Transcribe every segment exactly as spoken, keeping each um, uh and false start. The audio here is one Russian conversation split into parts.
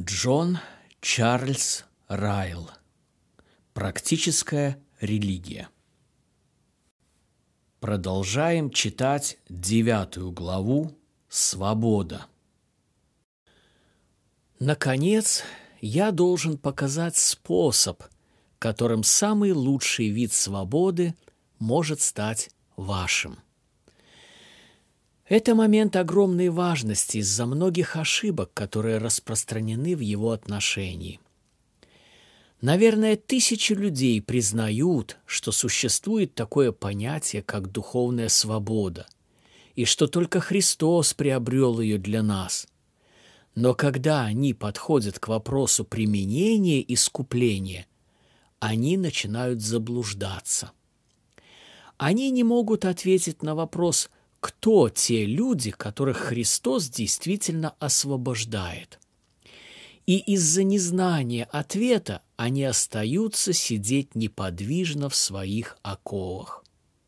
Джон Чарльз Райл. Практическая религия. Продолжаем читать девятую главу «Свобода». Наконец, я должен показать способ, которым самый лучший вид свободы может стать вашим. Это момент огромной важности из-за многих ошибок, которые распространены в его отношении. Наверное, тысячи людей признают, что существует такое понятие, как духовная свобода, и что только Христос приобрел ее для нас. Но когда они подходят к вопросу применения искупления, они начинают заблуждаться. Они не могут ответить на вопрос, кто те люди, которых Христос действительно освобождает. И из-за незнания ответа они остаются сидеть неподвижно в своих оковах.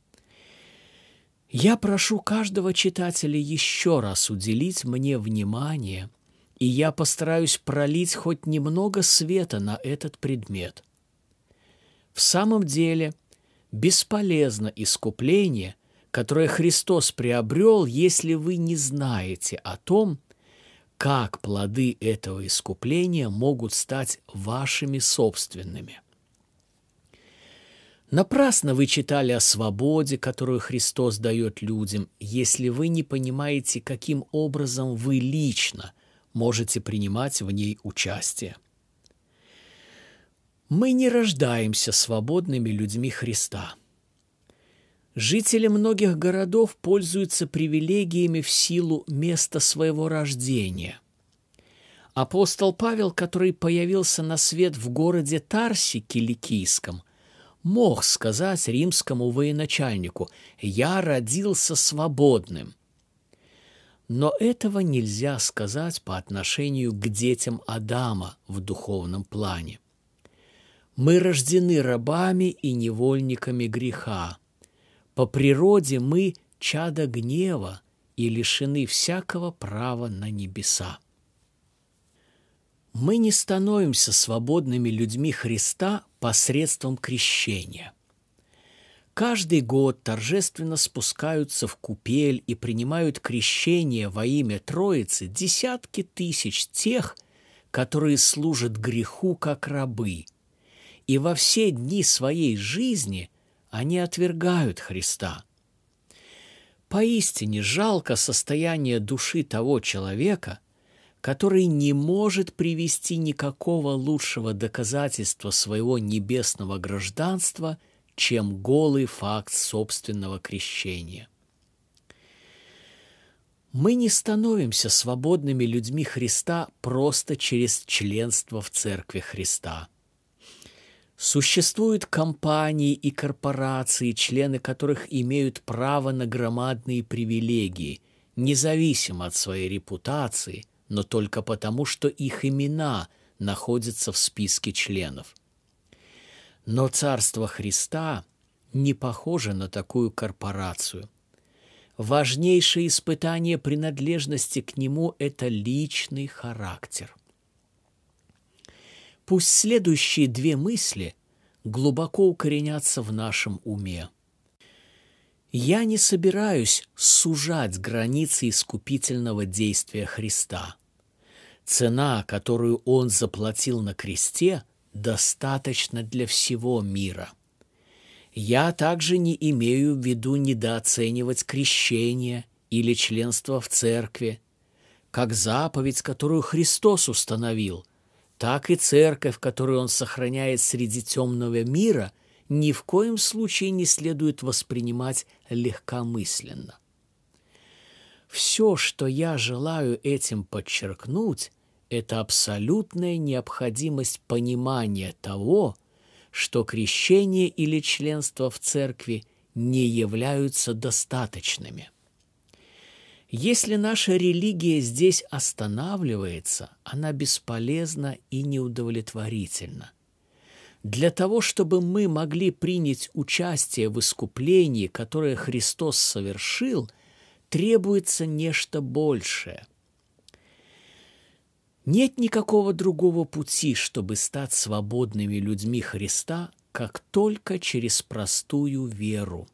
Я прошу каждого читателя еще раз уделить мне внимание, и я постараюсь пролить хоть немного света на этот предмет. В самом деле, бесполезно искупление, которое Христос приобрел, если вы не знаете о том, как плоды этого искупления могут стать вашими собственными. Напрасно вы читали о свободе, которую Христос дает людям, если вы не понимаете, каким образом вы лично можете принимать в ней участие. Мы не рождаемся свободными людьми Христа. Жители многих городов пользуются привилегиями в силу места своего рождения. Апостол Павел, который появился на свет в городе Тарсе Киликийском, мог сказать римскому военачальнику: «Я родился свободным». Но этого нельзя сказать по отношению к детям Адама в духовном плане. Мы рождены рабами и невольниками греха. По природе мы чада гнева и лишены всякого права на небеса. Мы не становимся свободными людьми Христа посредством крещения. Каждый год торжественно спускаются в купель и принимают крещение во имя Троицы десятки тысяч тех, которые служат греху как рабы, и во все дни своей жизни они отвергают Христа. Поистине жалко состояние души того человека, который не может привести никакого лучшего доказательства своего небесного гражданства, чем голый факт собственного крещения. Мы не становимся свободными людьми Христа просто через членство в Церкви Христа. Существуют компании и корпорации, члены которых имеют право на громадные привилегии, независимо от своей репутации, но только потому, что их имена находятся в списке членов. Но Царство Христа не похоже на такую корпорацию. Важнейшее испытание принадлежности к Нему – это личный характер. Пусть следующие две мысли глубоко укоренятся в нашем уме. Я не собираюсь сужать границы искупительного действия Христа. Цена, которую Он заплатил на кресте, достаточна для всего мира. Я также не имею в виду недооценивать крещение или членство в церкви, как заповедь, которую Христос установил, так и церковь, которую Он сохраняет среди темного мира, ни в коем случае не следует воспринимать легкомысленно. Все, что я желаю этим подчеркнуть, это абсолютная необходимость понимания того, что крещение или членство в церкви не являются достаточными. Если наша религия здесь останавливается, она бесполезна и неудовлетворительна. Для того, чтобы мы могли принять участие в искуплении, которое Христос совершил, требуется нечто большее. Нет никакого другого пути, чтобы стать свободными людьми Христа, как только через простую веру.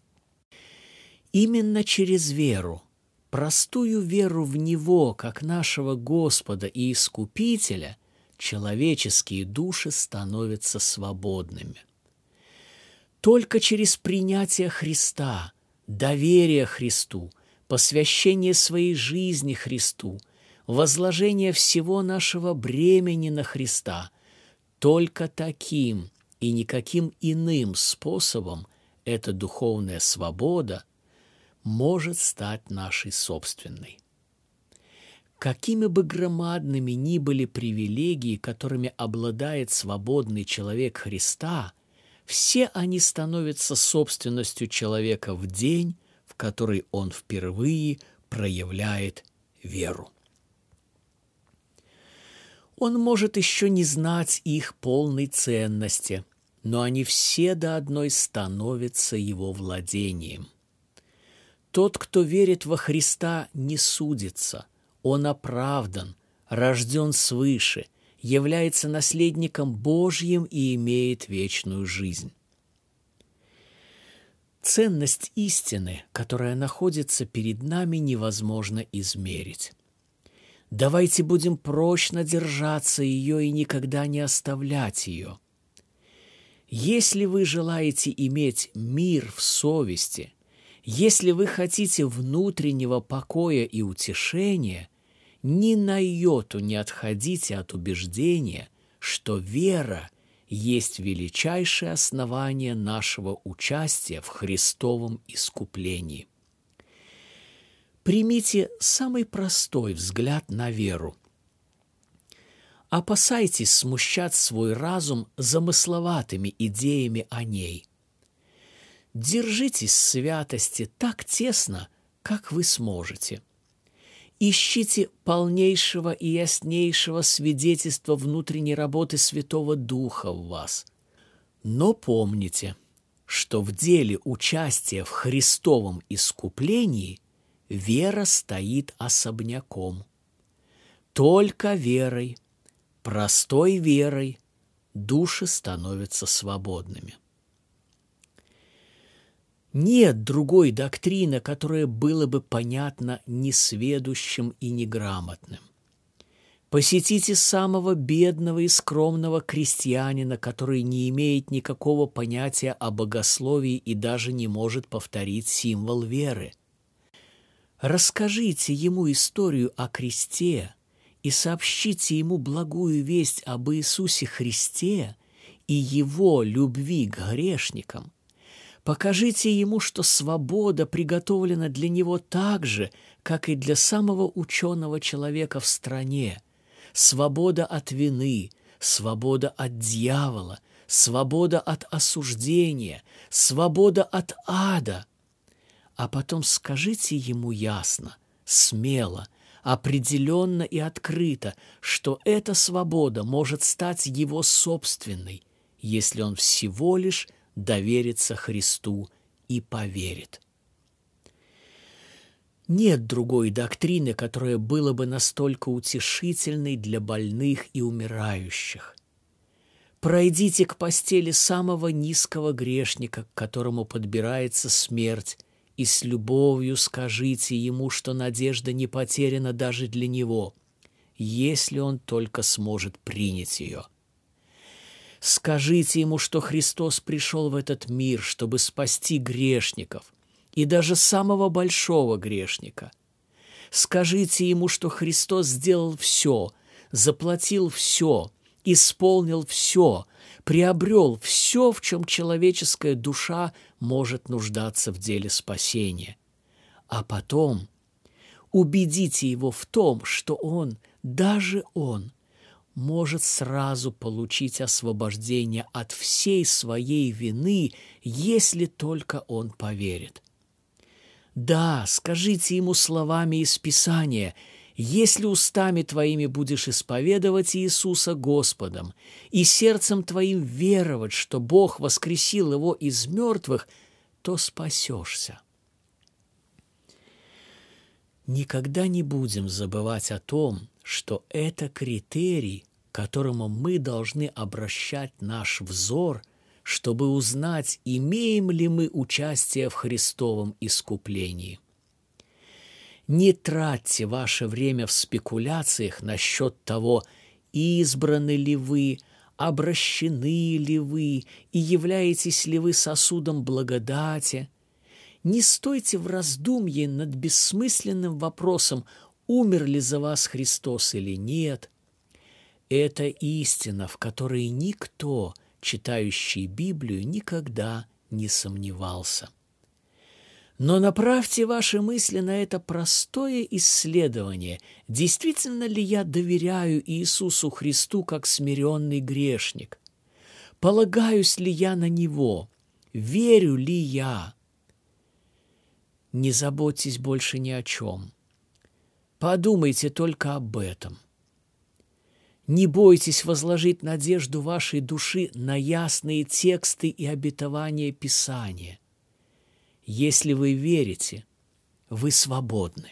Именно через веру, простую веру в Него, как нашего Господа и Искупителя, человеческие души становятся свободными. Только через принятие Христа, доверие Христу, посвящение своей жизни Христу, возложение всего нашего бремени на Христа, только таким и никаким иным способом эта духовная свобода может стать нашей собственной. Какими бы громадными ни были привилегии, которыми обладает свободный человек Христа, все они становятся собственностью человека в день, в который он впервые проявляет веру. Он может еще не знать их полной ценности, но они все до одной становятся его владением. Тот, кто верит во Христа, не судится, он оправдан, рожден свыше, является наследником Божьим и имеет вечную жизнь. Ценность истины, которая находится перед нами, невозможно измерить. Давайте будем прочно держаться ее и никогда не оставлять ее. Если вы желаете иметь мир в совести, если вы хотите внутреннего покоя и утешения, ни на йоту не отходите от убеждения, что вера есть величайшее основание нашего участия в Христовом искуплении. Примите самый простой взгляд на веру. Опасайтесь смущать свой разум замысловатыми идеями о ней. Держитесь святости так тесно, как вы сможете. Ищите полнейшего и яснейшего свидетельства внутренней работы Святого Духа в вас. Но помните, что в деле участия в Христовом искуплении вера стоит особняком. Только верой, простой верой, души становятся свободными. Нет другой доктрины, которая была бы понятна несведущим и неграмотным. Посетите самого бедного и скромного крестьянина, который не имеет никакого понятия о богословии и даже не может повторить символ веры. Расскажите ему историю о кресте и сообщите ему благую весть об Иисусе Христе и Его любви к грешникам. Покажите ему, что свобода приготовлена для него так же, как и для самого ученого человека в стране. Свобода от вины, свобода от дьявола, свобода от осуждения, свобода от ада. А потом скажите ему ясно, смело, определенно и открыто, что эта свобода может стать его собственной, если он всего лишь доверится Христу и поверит. Нет другой доктрины, которая была бы настолько утешительной для больных и умирающих. Пройдите к постели самого низкого грешника, к которому подбирается смерть, и с любовью скажите ему, что надежда не потеряна даже для него, если он только сможет принять ее. Скажите ему, что Христос пришел в этот мир, чтобы спасти грешников, и даже самого большого грешника. Скажите ему, что Христос сделал все, заплатил все, исполнил все, приобрел все, в чем человеческая душа может нуждаться в деле спасения. А потом убедите его в том, что он, даже он, может сразу получить освобождение от всей своей вины, если только он поверит. Да, скажите ему словами из Писания: «Если устами твоими будешь исповедовать Иисуса Господом и сердцем твоим веровать, что Бог воскресил его из мертвых, то спасешься». Никогда не будем забывать о том, что это критерий, к которому мы должны обращать наш взор, чтобы узнать, имеем ли мы участие в Христовом искуплении. Не тратьте ваше время в спекуляциях насчет того, избраны ли вы, обращены ли вы и являетесь ли вы сосудом благодати. Не стойте в раздумье над бессмысленным вопросом, умер ли за вас Христос или нет. Это истина, в которой никто, читающий Библию, никогда не сомневался. Но направьте ваши мысли на это простое исследование, действительно ли я доверяю Иисусу Христу как смиренный грешник? Полагаюсь ли я на Него? Верю ли я? Не заботьтесь больше ни о чем. Подумайте только об этом. Не бойтесь возложить надежду вашей души на ясные тексты и обетования Писания. Если вы верите, вы свободны.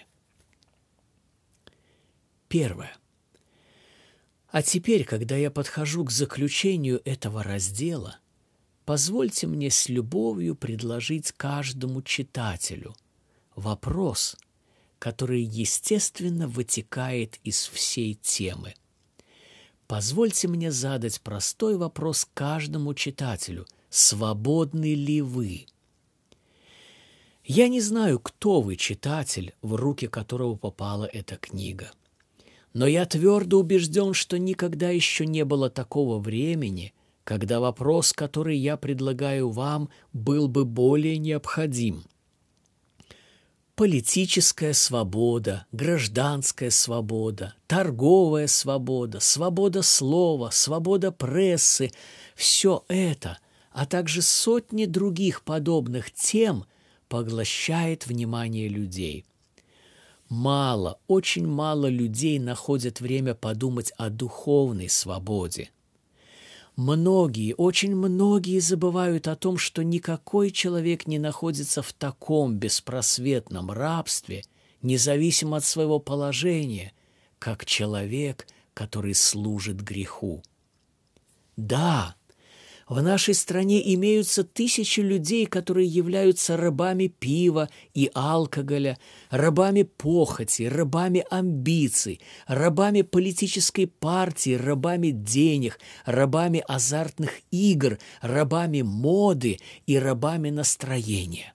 Первое. А теперь, когда я подхожу к заключению этого раздела, позвольте мне с любовью предложить каждому читателю вопрос, который, естественно, вытекает из всей темы. Позвольте мне задать простой вопрос каждому читателю: свободны ли вы? Я не знаю, кто вы, читатель, в руки которого попала эта книга. Но я твердо убежден, что никогда еще не было такого времени, когда вопрос, который я предлагаю вам, был бы более необходим. Политическая свобода, гражданская свобода, торговая свобода, свобода слова, свобода прессы – все это, а также сотни других подобных тем – поглощает внимание людей. Мало, очень мало людей находят время подумать о духовной свободе. Многие, очень многие забывают о том, что никакой человек не находится в таком беспросветном рабстве, независимо от своего положения, как человек, который служит греху. Да, в нашей стране имеются тысячи людей, которые являются рабами пива и алкоголя, рабами похоти, рабами амбиций, рабами политической партии, рабами денег, рабами азартных игр, рабами моды и рабами настроения.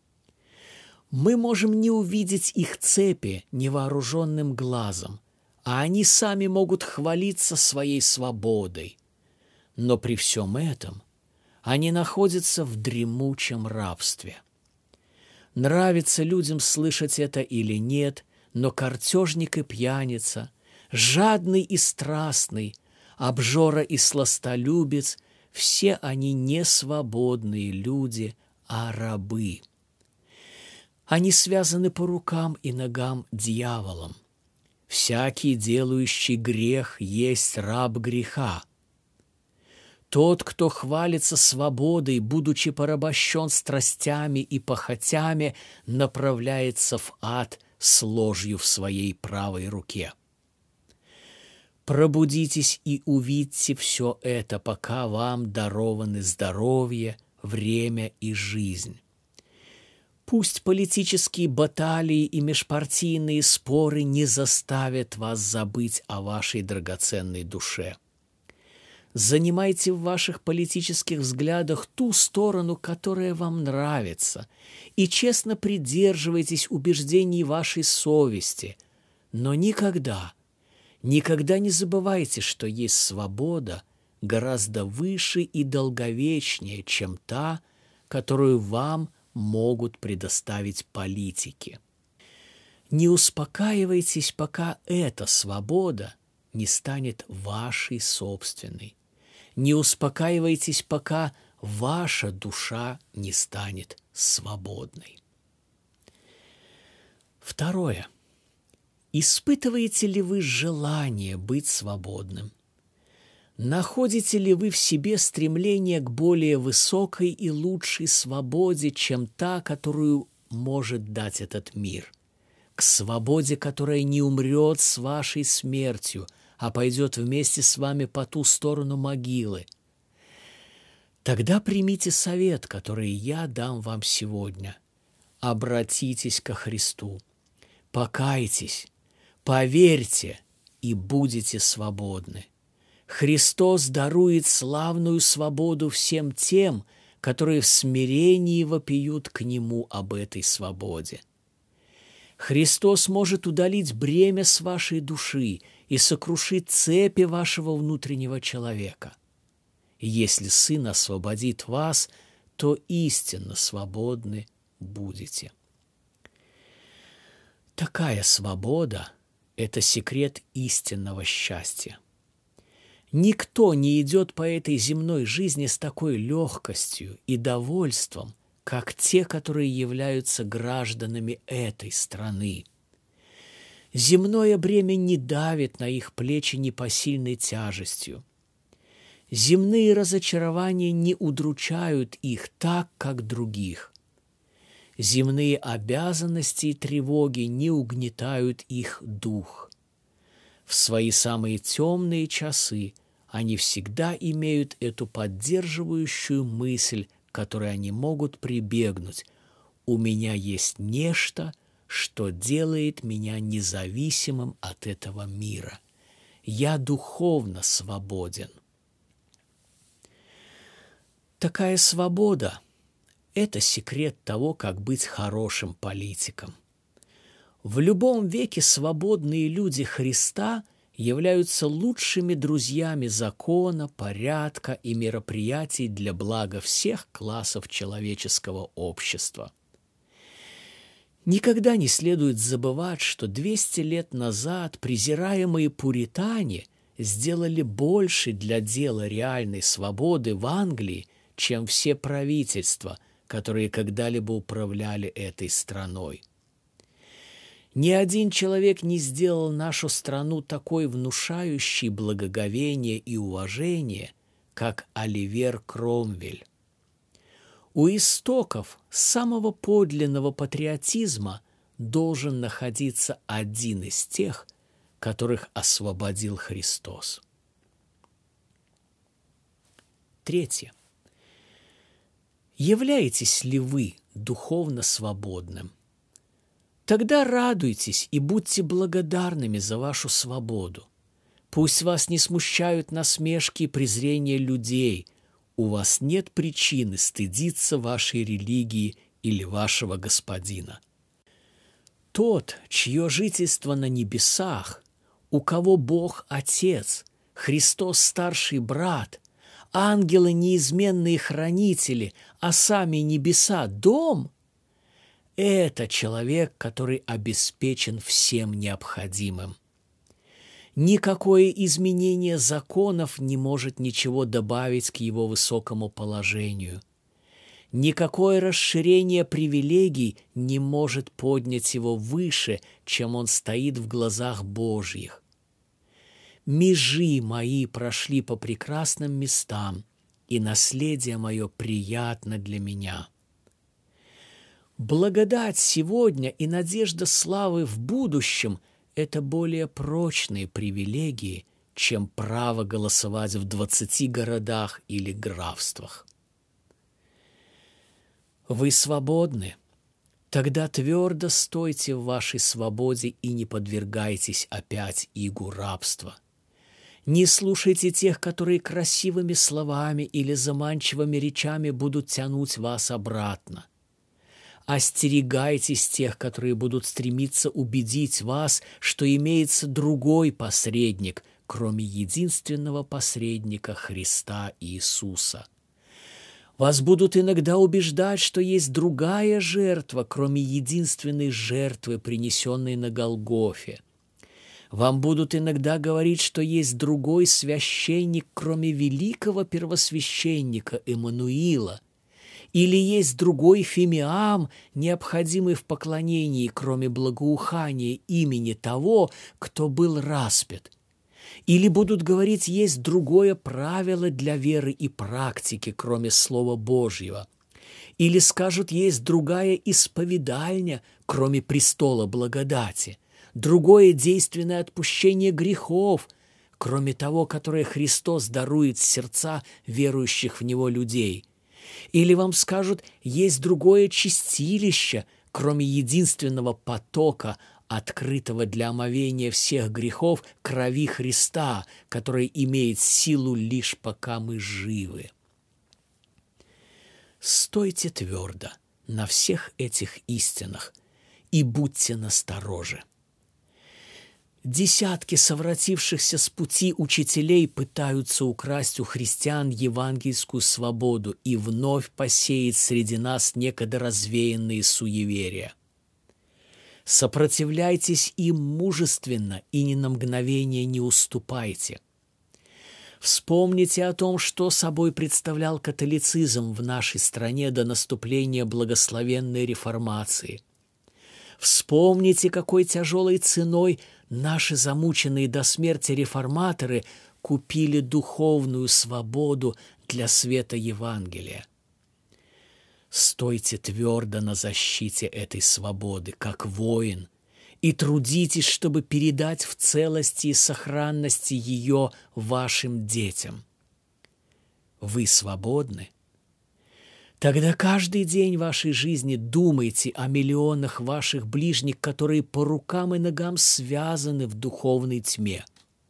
Мы можем не увидеть их цепи невооруженным глазом, а они сами могут хвалиться своей свободой. Но при всем этом они находятся в дремучем рабстве. Нравится людям слышать это или нет, но картежник и пьяница, жадный и страстный, обжора и сластолюбец – все они не свободные люди, а рабы. Они связаны по рукам и ногам дьяволом. Всякий, делающий грех, есть раб греха. Тот, кто хвалится свободой, будучи порабощен страстями и похотями, направляется в ад с ложью в своей правой руке. Пробудитесь и увидьте все это, пока вам дарованы здоровье, время и жизнь. Пусть политические баталии и межпартийные споры не заставят вас забыть о вашей драгоценной душе. Занимайте в ваших политических взглядах ту сторону, которая вам нравится, и честно придерживайтесь убеждений вашей совести, но никогда, никогда не забывайте, что есть свобода гораздо выше и долговечнее, чем та, которую вам могут предоставить политики. Не успокаивайтесь, пока эта свобода не станет вашей собственной. Не успокаивайтесь, пока ваша душа не станет свободной. Второе. Испытываете ли вы желание быть свободным? Находите ли вы в себе стремление к более высокой и лучшей свободе, чем та, которую может дать этот мир? к свободе, которая не умрет с вашей смертью, а пойдет вместе с вами по ту сторону могилы. Тогда примите совет, который я дам вам сегодня. Обратитесь ко Христу, покайтесь, поверьте и будете свободны. Христос дарует славную свободу всем тем, которые в смирении вопиют к Нему об этой свободе. Христос может удалить бремя с вашей души и сокрушить цепи вашего внутреннего человека. И если Сын освободит вас, то истинно свободны будете. Такая свобода – это секрет истинного счастья. Никто не идет по этой земной жизни с такой легкостью и довольством, как те, которые являются гражданами этой страны. Земное бремя не давит на их плечи непосильной тяжестью. Земные разочарования не удручают их так, как других. Земные обязанности и тревоги не угнетают их дух. В свои самые темные часы они всегда имеют эту поддерживающую мысль, к которой они могут прибегнуть. «У меня есть нечто, что делает меня независимым от этого мира. Я духовно свободен». Такая свобода – это секрет того, как быть хорошим политиком. В любом веке свободные люди Христа являются лучшими друзьями закона, порядка и мероприятий для блага всех классов человеческого общества. Никогда не следует забывать, что двести лет назад презираемые пуритане сделали больше для дела реальной свободы в Англии, чем все правительства, которые когда-либо управляли этой страной. Ни один человек не сделал нашу страну такой внушающей благоговение и уважение, как Оливер Кромвель. У истоков самого подлинного патриотизма должен находиться один из тех, которых освободил Христос. Третье. Являетесь ли вы духовно свободным? Тогда радуйтесь и будьте благодарными за вашу свободу. Пусть вас не смущают насмешки и презрение людей. У вас нет причины стыдиться вашей религии или вашего господина. Тот, чье жительство на небесах, у кого Бог Отец, Христос старший брат, ангелы неизменные хранители, а сами небеса дом – это человек, который обеспечен всем необходимым. Никакое изменение законов не может ничего добавить к его высокому положению. Никакое расширение привилегий не может поднять его выше, чем он стоит в глазах Божьих. Межи мои прошли по прекрасным местам, и наследие мое приятно для меня. Благодать сегодня и надежда славы в будущем – это более прочные привилегии, чем право голосовать в двадцати городах или графствах. Вы свободны? Тогда твердо стойте в вашей свободе и не подвергайтесь опять игу рабства. Не слушайте тех, которые красивыми словами или заманчивыми речами будут тянуть вас обратно. Остерегайтесь тех, которые будут стремиться убедить вас, что имеется другой посредник, кроме единственного посредника Христа Иисуса. Вас будут иногда убеждать, что есть другая жертва, кроме единственной жертвы, принесенной на Голгофе. Вам будут иногда говорить, что есть другой священник, кроме великого первосвященника Эммануила, или есть другой фимиам, необходимый в поклонении, кроме благоухания имени того, кто был распят. Или будут говорить, есть другое правило для веры и практики, кроме Слова Божьего. Или скажут, есть другая исповедальня, кроме престола благодати, другое действенное отпущение грехов, кроме того, которое Христос дарует в сердца верующих в Него людей. Или вам скажут, есть другое чистилище, кроме единственного потока, открытого для омовения всех грехов крови Христа, который имеет силу лишь пока мы живы. Стойте твердо на всех этих истинах и будьте настороже. Десятки совратившихся с пути учителей пытаются украсть у христиан евангельскую свободу и вновь посеять среди нас некогда развеянные суеверия. Сопротивляйтесь им мужественно и ни на мгновение не уступайте. Вспомните о том, что собой представлял католицизм в нашей стране до наступления благословенной реформации. Вспомните, какой тяжелой ценой наши замученные до смерти реформаторы купили духовную свободу для света Евангелия. Стойте твердо на защите этой свободы, как воин, и трудитесь, чтобы передать в целости и сохранности ее вашим детям. Вы свободны? Тогда каждый день вашей жизни думайте о миллионах ваших ближних, которые по рукам и ногам связаны в духовной тьме.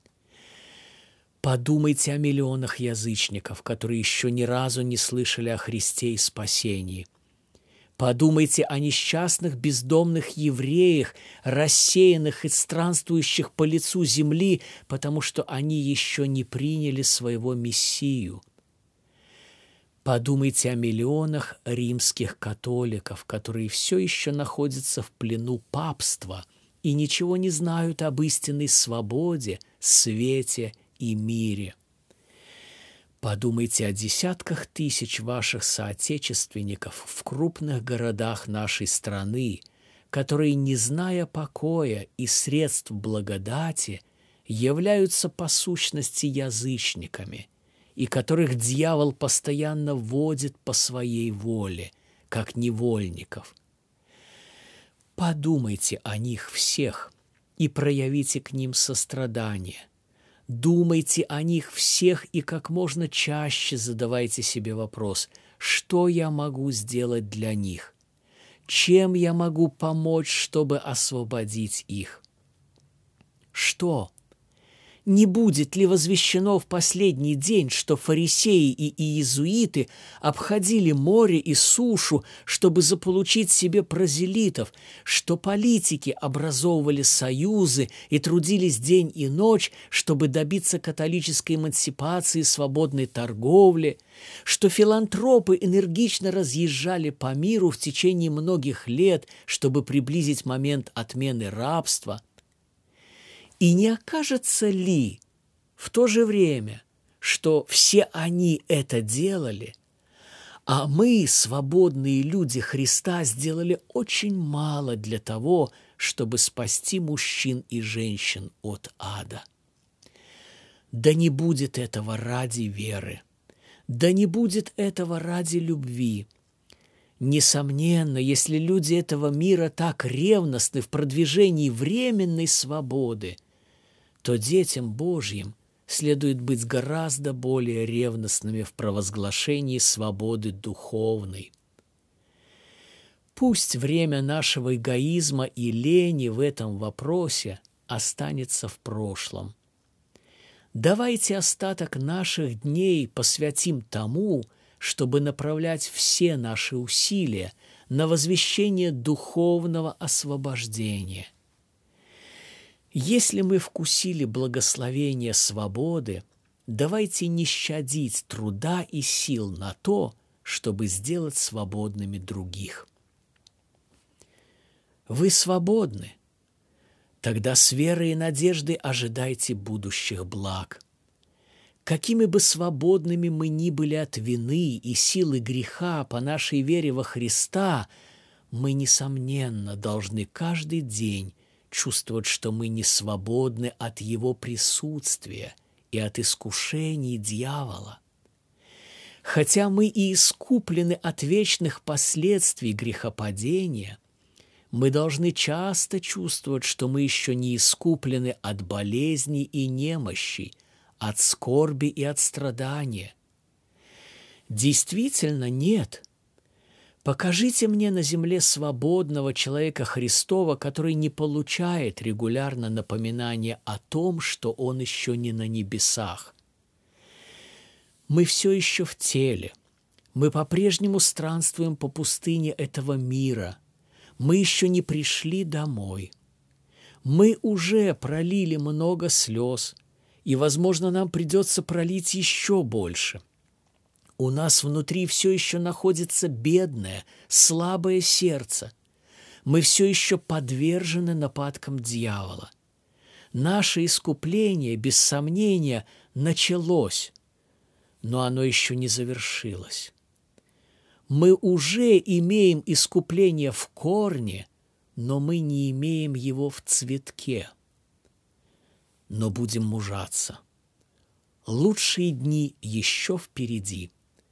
Подумайте о миллионах язычников, которые еще ни разу не слышали о Христе и спасении. Подумайте о несчастных бездомных евреях, рассеянных и странствующих по лицу земли, потому что они еще не приняли своего Мессию. Подумайте о миллионах римских католиков, которые все еще находятся в плену папства и ничего не знают об истинной свободе, свете и мире. Подумайте о десятках тысяч ваших соотечественников в крупных городах нашей страны, которые, не зная покоя и средств благодати, являются по сущности язычниками, и которых дьявол постоянно водит по своей воле, как невольников. Подумайте о них всех и проявите к ним сострадание. Думайте о них всех и как можно чаще задавайте себе вопрос: что я могу сделать для них? Чем я могу помочь, чтобы освободить их? Что? Не будет ли возвещено в последний день, что фарисеи и иезуиты обходили море и сушу, чтобы заполучить себе прозелитов, что политики образовывали союзы и трудились день и ночь, чтобы добиться католической эмансипации и свободной торговли, что филантропы энергично разъезжали по миру в течение многих лет, чтобы приблизить момент отмены рабства? И не окажется ли в то же время, что все они это делали, а мы, свободные люди Христа, сделали очень мало для того, чтобы спасти мужчин и женщин от ада? Да не будет этого ради веры, да не будет этого ради любви. Несомненно, если люди этого мира так ревностны в продвижении временной свободы, то детям Божьим следует быть гораздо более ревностными в провозглашении свободы духовной. Пусть время нашего эгоизма и лени в этом вопросе останется в прошлом. Давайте остаток наших дней посвятим тому, чтобы направлять все наши усилия на возвещение духовного освобождения. Если мы вкусили благословение свободы, давайте не щадить труда и сил на то, чтобы сделать свободными других. Вы свободны? Тогда с верой и надеждой ожидайте будущих благ. Какими бы свободными мы ни были от вины и силы греха по нашей вере во Христа, мы, несомненно, должны каждый день чувствовать, что мы не свободны от Его присутствия и от искушений дьявола. Хотя мы и искуплены от вечных последствий грехопадения, мы должны часто чувствовать, что мы еще не искуплены от болезней и немощей, от скорби и от страдания. Действительно, нет. Покажите мне на земле свободного человека Христова, который не получает регулярно напоминания о том, что он еще не на небесах. Мы все еще в теле. Мы по-прежнему странствуем по пустыне этого мира. Мы еще не пришли домой. Мы уже пролили много слез, и, возможно, нам придется пролить еще больше. У нас внутри все еще находится бедное, слабое сердце. Мы все еще подвержены нападкам дьявола. Наше искупление, без сомнения, началось, но оно еще не завершилось. Мы уже имеем искупление в корне, но мы не имеем его в цветке. Но будем мужаться. Лучшие дни еще впереди.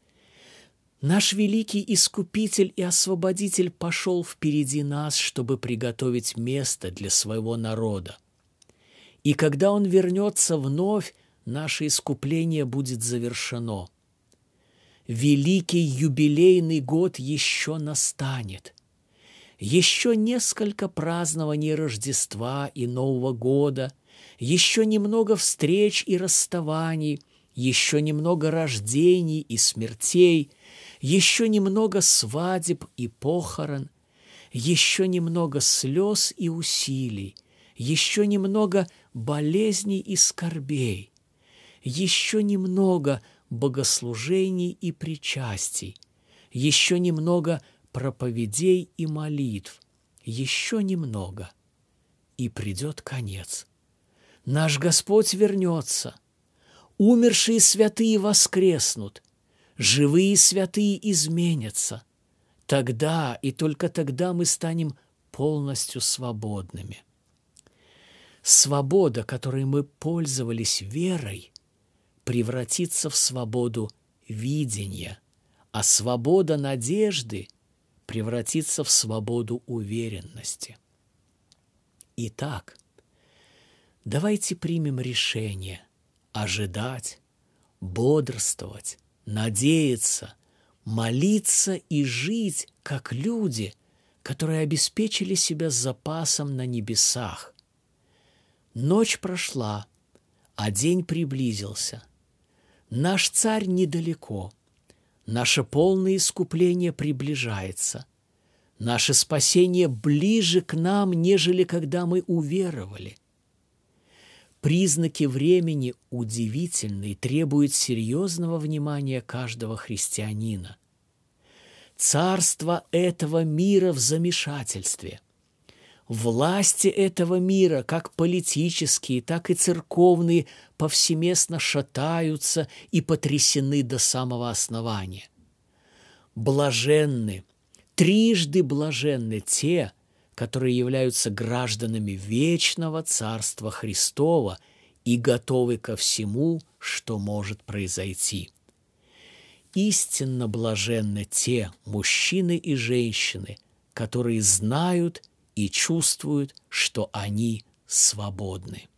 Наш великий Искупитель и Освободитель пошел впереди нас, чтобы приготовить место для своего народа. И когда Он вернется вновь, наше искупление будет завершено. Великий юбилейный год еще настанет. Еще несколько празднований Рождества и Нового года, еще немного встреч и расставаний, еще немного рождений и смертей, еще немного свадеб и похорон, еще немного слез и усилий, еще немного болезней и скорбей, еще немного богослужений и причастий, еще немного проповедей и молитв, еще немного, и придет конец. Наш Господь вернется, умершие святые воскреснут, живые святые изменятся. Тогда и только тогда мы станем полностью свободными. Свобода, которой мы пользовались верой, превратится в свободу видения, а свобода надежды превратится в свободу уверенности. Итак, давайте примем решение ожидать, бодрствовать, надеяться, молиться и жить, как люди, которые обеспечили себя запасом на небесах. Ночь прошла, а день приблизился. Наш царь недалеко. Наше полное искупление приближается. Наше спасение ближе к нам, нежели когда мы уверовали. Признаки времени удивительны и требуют серьезного внимания каждого христианина. Царство этого мира в замешательстве. Власти этого мира, как политические, так и церковные, повсеместно шатаются и потрясены до самого основания. Блаженны, трижды блаженны те, которые являются гражданами вечного Царства Христова и готовы ко всему, что может произойти. Истинно блаженны те мужчины и женщины, которые знают и чувствуют, что они свободны.